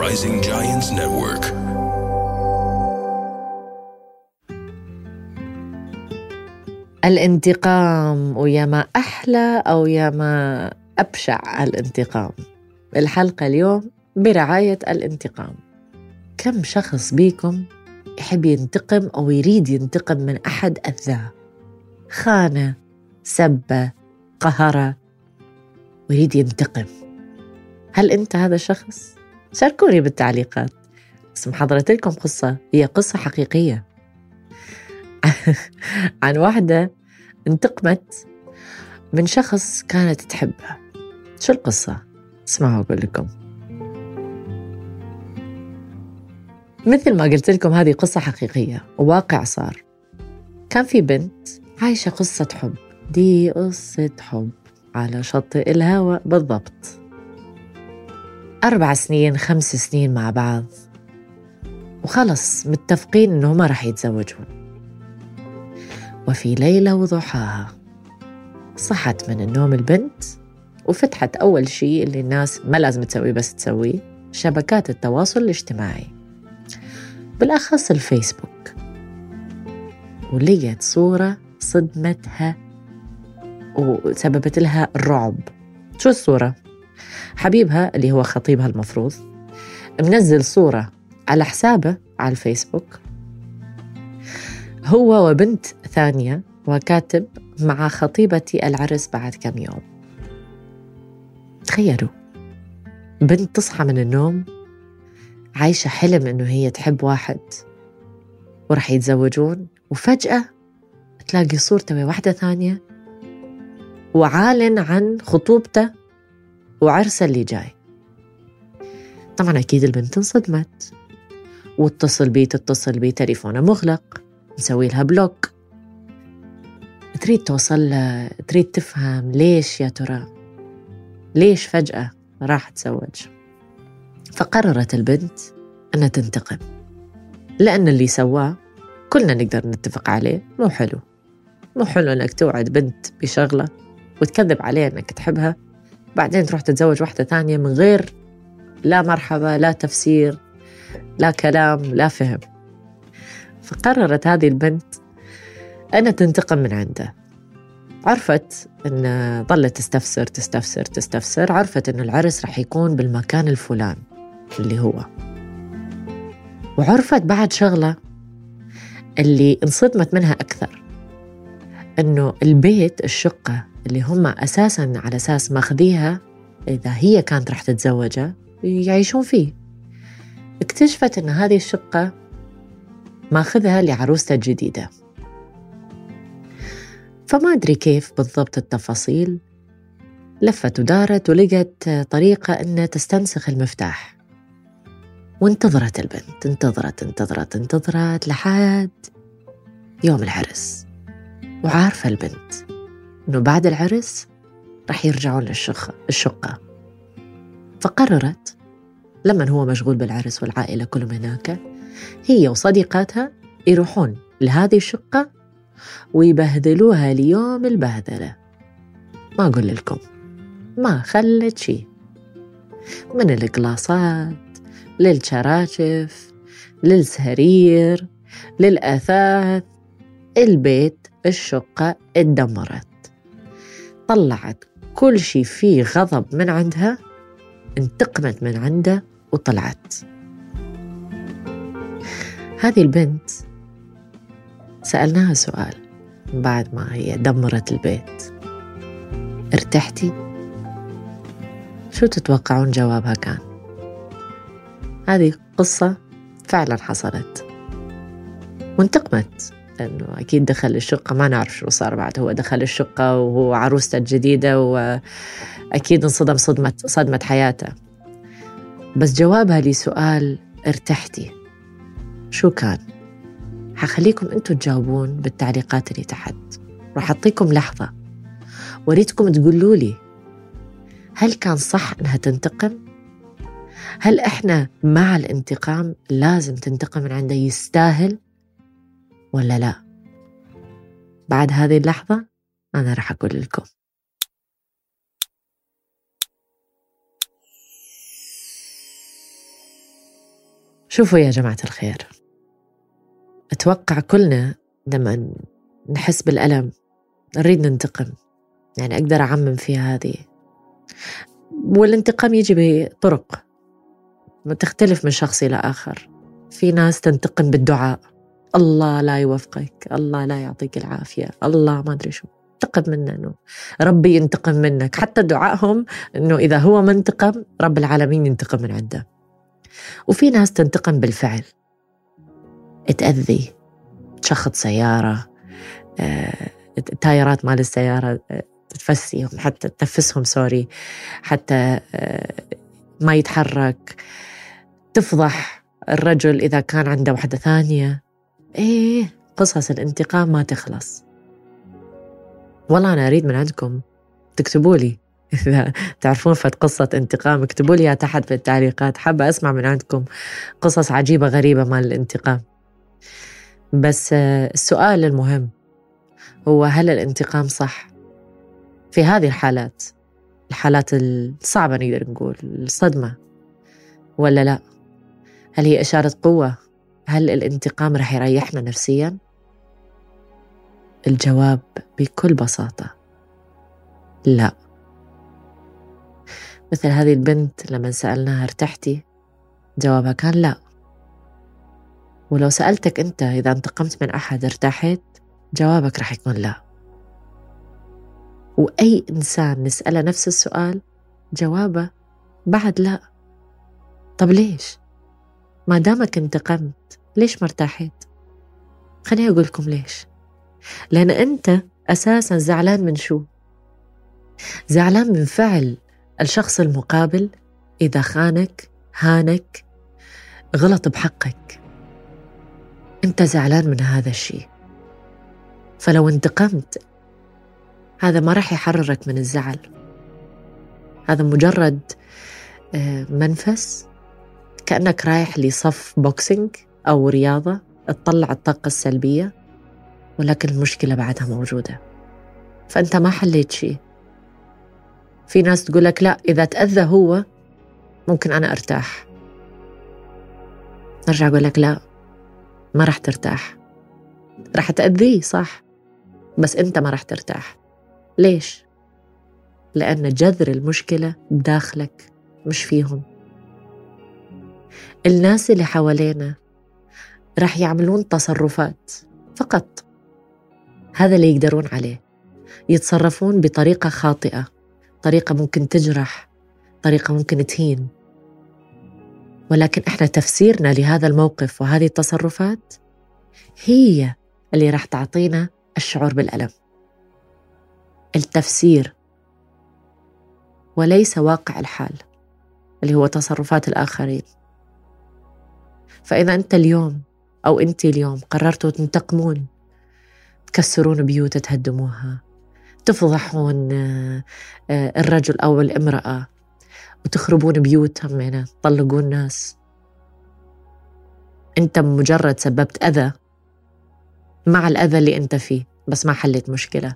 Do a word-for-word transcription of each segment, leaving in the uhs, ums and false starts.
Rising Giants Network. الانتقام، ويا ما أحلى أو يا ما أبشع الانتقام. الحلقة اليوم برعاية الانتقام. كم شخص بيكم يحب ينتقم أو يريد ينتقم من أحد أذاه، خانة، سبة، قهرة، ويريد ينتقم؟ هل أنت هذا الشخص؟ شاركوني بالتعليقات. بس محضرت لكم قصة، هي قصة حقيقية عن واحدة انتقمت من شخص كانت تحبه. شو القصة؟ اسمعوا أقول لكم. مثل ما قلت لكم هذه قصة حقيقية وواقع صار. كان في بنت عايشة قصة حب، دي قصة حب على شاطئ الهواء بالضبط. أربع سنين خمس سنين مع بعض، وخلص متفقين إنه ما رح يتزوجون. وفي ليلة وضحاها صحت من النوم البنت وفتحت أول شيء اللي الناس ما لازم تسويه بس تسويه، شبكات التواصل الاجتماعي، بالأخص الفيسبوك، ولقيت صورة صدمتها وسببت لها الرعب. شو الصورة؟ حبيبها اللي هو خطيبها المفروض منزل صورة على حسابه على الفيسبوك، هو وبنت ثانية، وكاتب مع خطيبتي العرس بعد كم يوم. تخيلوا بنت تصحى من النوم عايشة حلم إنه هي تحب واحد ورح يتزوجون، وفجأة تلاقي صورته بواحدة ثانية وعالن عن خطوبته وعرسه اللي جاي. طبعا أكيد البنت انصدمت، واتصل بي تتصل بي تليفونه مغلق، مسوي لها بلوك، تريد توصل له، تريد تفهم ليش يا ترى، ليش فجأة راح تزوج. فقررت البنت أنها تنتقم، لأن اللي سواه كلنا نقدر نتفق عليه مو حلو. مو حلو أنك توعد بنت بشغلة وتكذب عليها أنك تحبها، بعدين تروح تتزوج واحدة ثانية من غير لا مرحبا، لا تفسير، لا كلام، لا فهم. فقررت هذه البنت أنا تنتقم من عنده. عرفت أن ظلت تستفسر تستفسر تستفسر عرفت أن العرس رح يكون بالمكان الفلان اللي هو، وعرفت بعد شغلة اللي انصدمت منها أكثر، أنه البيت الشقة اللي هم أساساً على أساس ماخذيها إذا هي كانت رح تتزوجها يعيشون فيه، اكتشفت أن هذه الشقة ماخذها لعروسته الجديدة. فما أدري كيف بالضبط التفاصيل، لفت ودارت ولقت طريقة أنها تستنسخ المفتاح. وانتظرت البنت، انتظرت انتظرت انتظرت لحد يوم العرس، وعارفة البنت أنه بعد العرس رح يرجعون للشقة الشقة. فقررت لما هو مشغول بالعرس والعائلة كلهم هناك، هي وصديقاتها يروحون لهذه الشقة ويبهدلوها ليوم البهدلة. ما أقول لكم ما خلت شيء، من القلاصات للشراشف للسرير للأثاث، البيت الشقة اتدمرت. طلعت كل شيء فيه غضب من عندها، انتقمت من عنده وطلعت. هذه البنت سألناها سؤال بعد ما هي دمرت البيت، ارتحتي؟ شو تتوقعون جوابها كان؟ هذه قصة فعلا حصلت، وانتقمت لأنه أكيد دخل الشقة، ما نعرف شو صار بعد. هو دخل الشقة وهو عروسته الجديدة وأكيد انصدم صدمة صدمة حياته. بس جوابها لسؤال ارتحتي شو كان؟ حخليكم أنتوا تجاوبون بالتعليقات اللي تحت. راح أعطيكم لحظة وريتكم تقولوا لي هل كان صح أنها تنتقم؟ هل إحنا مع الانتقام لازم تنتقم من عنده، يستاهل ولا لا؟ بعد هذه اللحظة أنا راح أقول لكم. شوفوا يا جماعة الخير، أتوقع كلنا لما نحس بالألم نريد ننتقم، يعني أقدر أعمم فيها هذه، والانتقام يجي بطرق تختلف من شخص إلى آخر. في ناس تنتقم بالدعاء، الله لا يوفقك، الله لا يعطيك العافية، الله ما أدري شو، انتقم منه إنه ربي ينتقم منك. حتى دعائهم إنه إذا هو ما انتقم رب العالمين ينتقم من عنده. وفي ناس تنتقم بالفعل، تأذي، تشخط سيارة، آه، التايرات مال السيارة آه، تفسيهم، حتى تنفسهم سوري، حتى آه، ما يتحرك، تفضح الرجل إذا كان عنده واحدة ثانية. إيه، قصص الانتقام ما تخلص. والله أنا أريد من عندكم تكتبوا لي إذا تعرفون فت قصة انتقام، اكتبوا لي تحت في التعليقات، حابة أسمع من عندكم قصص عجيبة غريبة مال الانتقام. بس السؤال المهم هو هل الانتقام صح في هذه الحالات، الحالات الصعبة نقدر نقول الصدمة، ولا لا؟ هل هي إشارة قوة؟ هل الانتقام رح يريحنا نفسيا؟ الجواب بكل بساطة لا. مثل هذه البنت لما سألناها ارتحتي، جوابها كان لا. ولو سألتك أنت إذا انتقمت من أحد ارتحت، جوابك رح يكون لا. وأي إنسان نسأله نفس السؤال جوابه بعد لا. طب ليش؟ ما دامك انتقمت ليش ما ارتحت؟ خليني أقول لكم ليش. لأن أنت أساساً زعلان من شو؟ زعلان من فعل الشخص المقابل إذا خانك، هانك، غلط بحقك. أنت زعلان من هذا الشيء. فلو انتقمت هذا ما راح يحررك من الزعل، هذا مجرد منفس، كأنك رايح لصف بوكسينج أو رياضة تطلع الطاقة السلبية، ولكن المشكلة بعدها موجودة، فأنت ما حليت شيء. في ناس تقول لك لا، إذا تأذى هو ممكن أنا أرتاح. نرجع أقول لك لا، ما راح ترتاح. راح تأذيه صح، بس أنت ما راح ترتاح. ليش؟ لأن جذر المشكلة بداخلك مش فيهم. الناس اللي حوالينا راح يعملون تصرفات فقط هذا اللي يقدرون عليه، يتصرفون بطريقة خاطئة، طريقة ممكن تجرح، طريقة ممكن تهين، ولكن إحنا تفسيرنا لهذا الموقف وهذه التصرفات هي اللي راح تعطينا الشعور بالألم. التفسير وليس واقع الحال اللي هو تصرفات الآخرين. فإذا أنت اليوم أو أنت اليوم قررتوا تنتقمون، تكسرون بيوت، تهدموها، تفضحون الرجل أو الامرأة، وتخربون بيوتهم، يعني تطلقون ناس، أنت مجرد سببت أذى مع الأذى اللي أنت فيه، بس ما حلت مشكلة.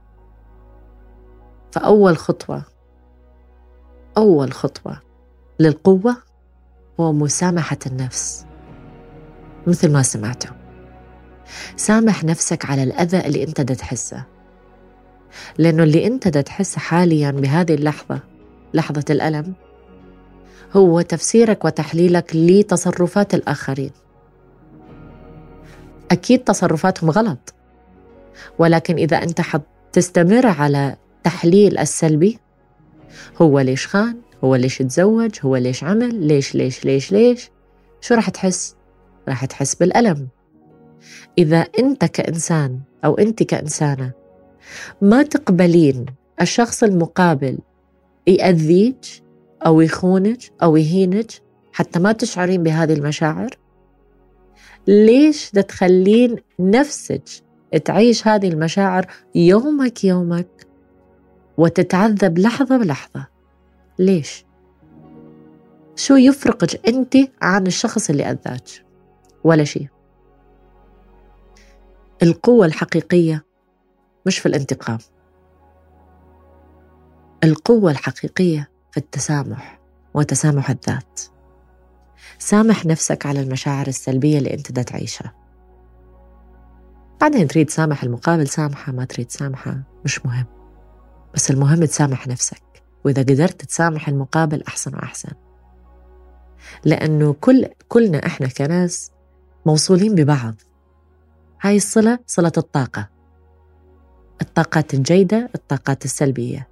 فأول خطوة أول خطوة للقوة هو مسامحة النفس. مثل ما سمعتوا، سامح نفسك على الأذى اللي أنت دا تحسه، لأنه اللي أنت دا تحسه حالياً بهذه اللحظة، لحظة الألم، هو تفسيرك وتحليلك لتصرفات الآخرين. أكيد تصرفاتهم غلط، ولكن إذا أنت تستمر على تحليل السلبي، هو ليش خان، هو ليش تزوج، هو ليش عمل، ليش ليش ليش ليش شو راح تحس؟ راح تحس بالألم. إذا أنت كإنسان أو أنت كإنسانة ما تقبلين الشخص المقابل يأذيك أو يخونك أو يهينك حتى ما تشعرين بهذه المشاعر، ليش دا تخلين نفسك تعيش هذه المشاعر يومك يومك وتتعذب لحظة بلحظة؟ ليش؟ شو يفرقك أنت عن الشخص اللي أذاك؟ ولا شيء. القوة الحقيقية مش في الانتقام، القوة الحقيقية في التسامح وتسامح الذات. سامح نفسك على المشاعر السلبية اللي أنت دا تعيشها. بعدين تريد سامح المقابل سامحة، ما تريد سامحة مش مهم، بس المهم تسامح نفسك. وإذا قدرت تسامح المقابل أحسن وأحسن، لأنه كل كلنا إحنا كناس موصولين ببعض. هاي الصلة صلة الطاقة، الطاقات الجيدة، الطاقات السلبية.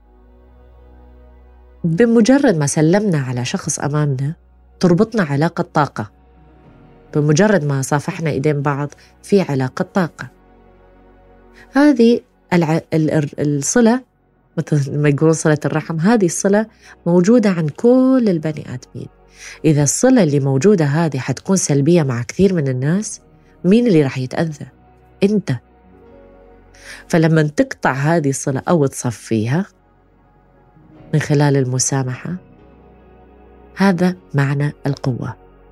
بمجرد ما سلمنا على شخص أمامنا تربطنا علاقة طاقة. بمجرد ما صافحنا إيدين بعض في علاقة طاقة. هذه الع... الصلة مثل ما يقولون صلة الرحم، هذه الصلة موجودة عن كل البني آدمين. إذا الصلة اللي موجودة هذه حتكون سلبية مع كثير من الناس، مين اللي راح يتأذى؟ أنت. فلما تقطع هذه الصلة أو تصفيها من خلال المسامحة، هذا معنى القوة،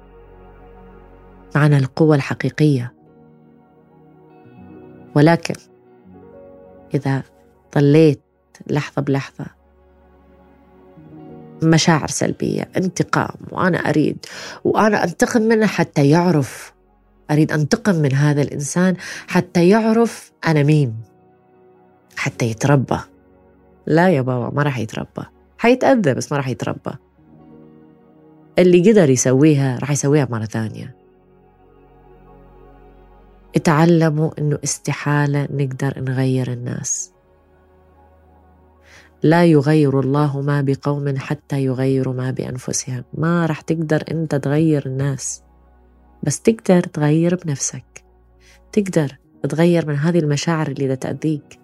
معنى القوة الحقيقية. ولكن إذا ضليت لحظة بلحظة مشاعر سلبية، انتقام، وأنا أريد وأنا أنتقم منه حتى يعرف، أريد أنتقم من هذا الإنسان حتى يعرف أنا مين، حتى يتربى. لا يا بابا، ما راح يتربى، حيتأذى بس ما راح يتربى. اللي قدر يسويها راح يسويها مرة ثانية. اتعلموا إنه استحالة نقدر نغير الناس. لا يغير الله ما بقوم حتى يغيروا ما بأنفسهم. ما راح تقدر أنت تغير الناس، بس تقدر تغير بنفسك. تقدر تغير من هذه المشاعر اللي دا تأذيك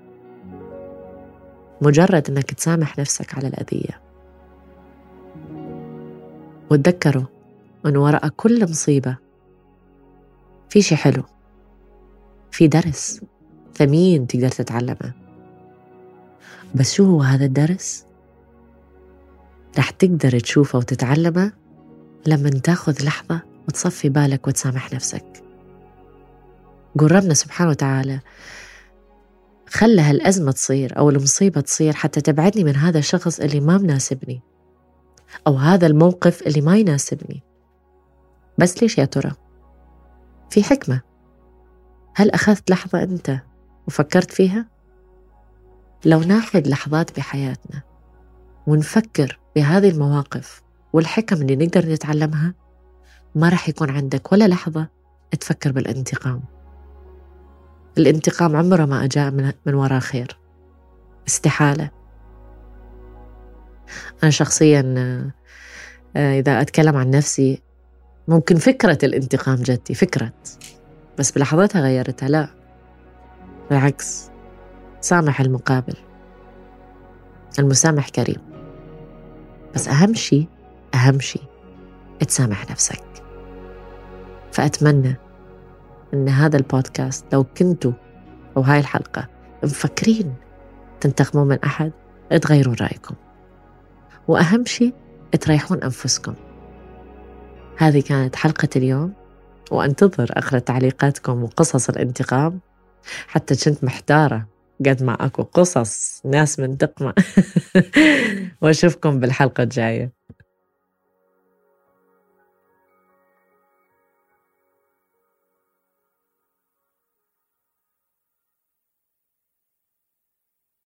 مجرد أنك تسامح نفسك على الأذية. وتذكروا أن وراء كل مصيبة في شيء حلو، في درس ثمين تقدر تتعلمه. بس شو هو هذا الدرس؟ رح تقدر تشوفه وتتعلمه لما تاخذ لحظة وتصفي بالك وتسامح نفسك. قول ربنا سبحانه وتعالى خلى هالأزمة تصير أو المصيبة تصير حتى تبعدني من هذا الشخص اللي ما مناسبني، أو هذا الموقف اللي ما يناسبني. بس ليش يا ترى؟ في حكمة. هل أخذت لحظة أنت وفكرت فيها؟ لو ناخذ لحظات بحياتنا ونفكر بهذه المواقف والحكم اللي نقدر نتعلمها، ما رح يكون عندك ولا لحظة تفكر بالانتقام. الانتقام عمره ما أجاء من, من وراء خير، استحالة. أنا شخصياً إذا أتكلم عن نفسي، ممكن فكرة الانتقام جتي فكرة، بس بلحظتها غيرتها. لا بالعكس، سامح المقابل. المسامح كريم، بس أهم شيء أهم شيء تسامح نفسك. فأتمنى أن هذا البودكاست لو كنتوا أو هاي الحلقة مفكرين تنتقموا من أحد، تغيروا رأيكم، وأهم شيء تريحون أنفسكم. هذه كانت حلقة اليوم، وأنتظر أقرأ تعليقاتكم وقصص الانتقام. حتى كنت محتارة قد ما أكو قصص ناس منتقمة. وأشوفكم بالحلقة الجاية.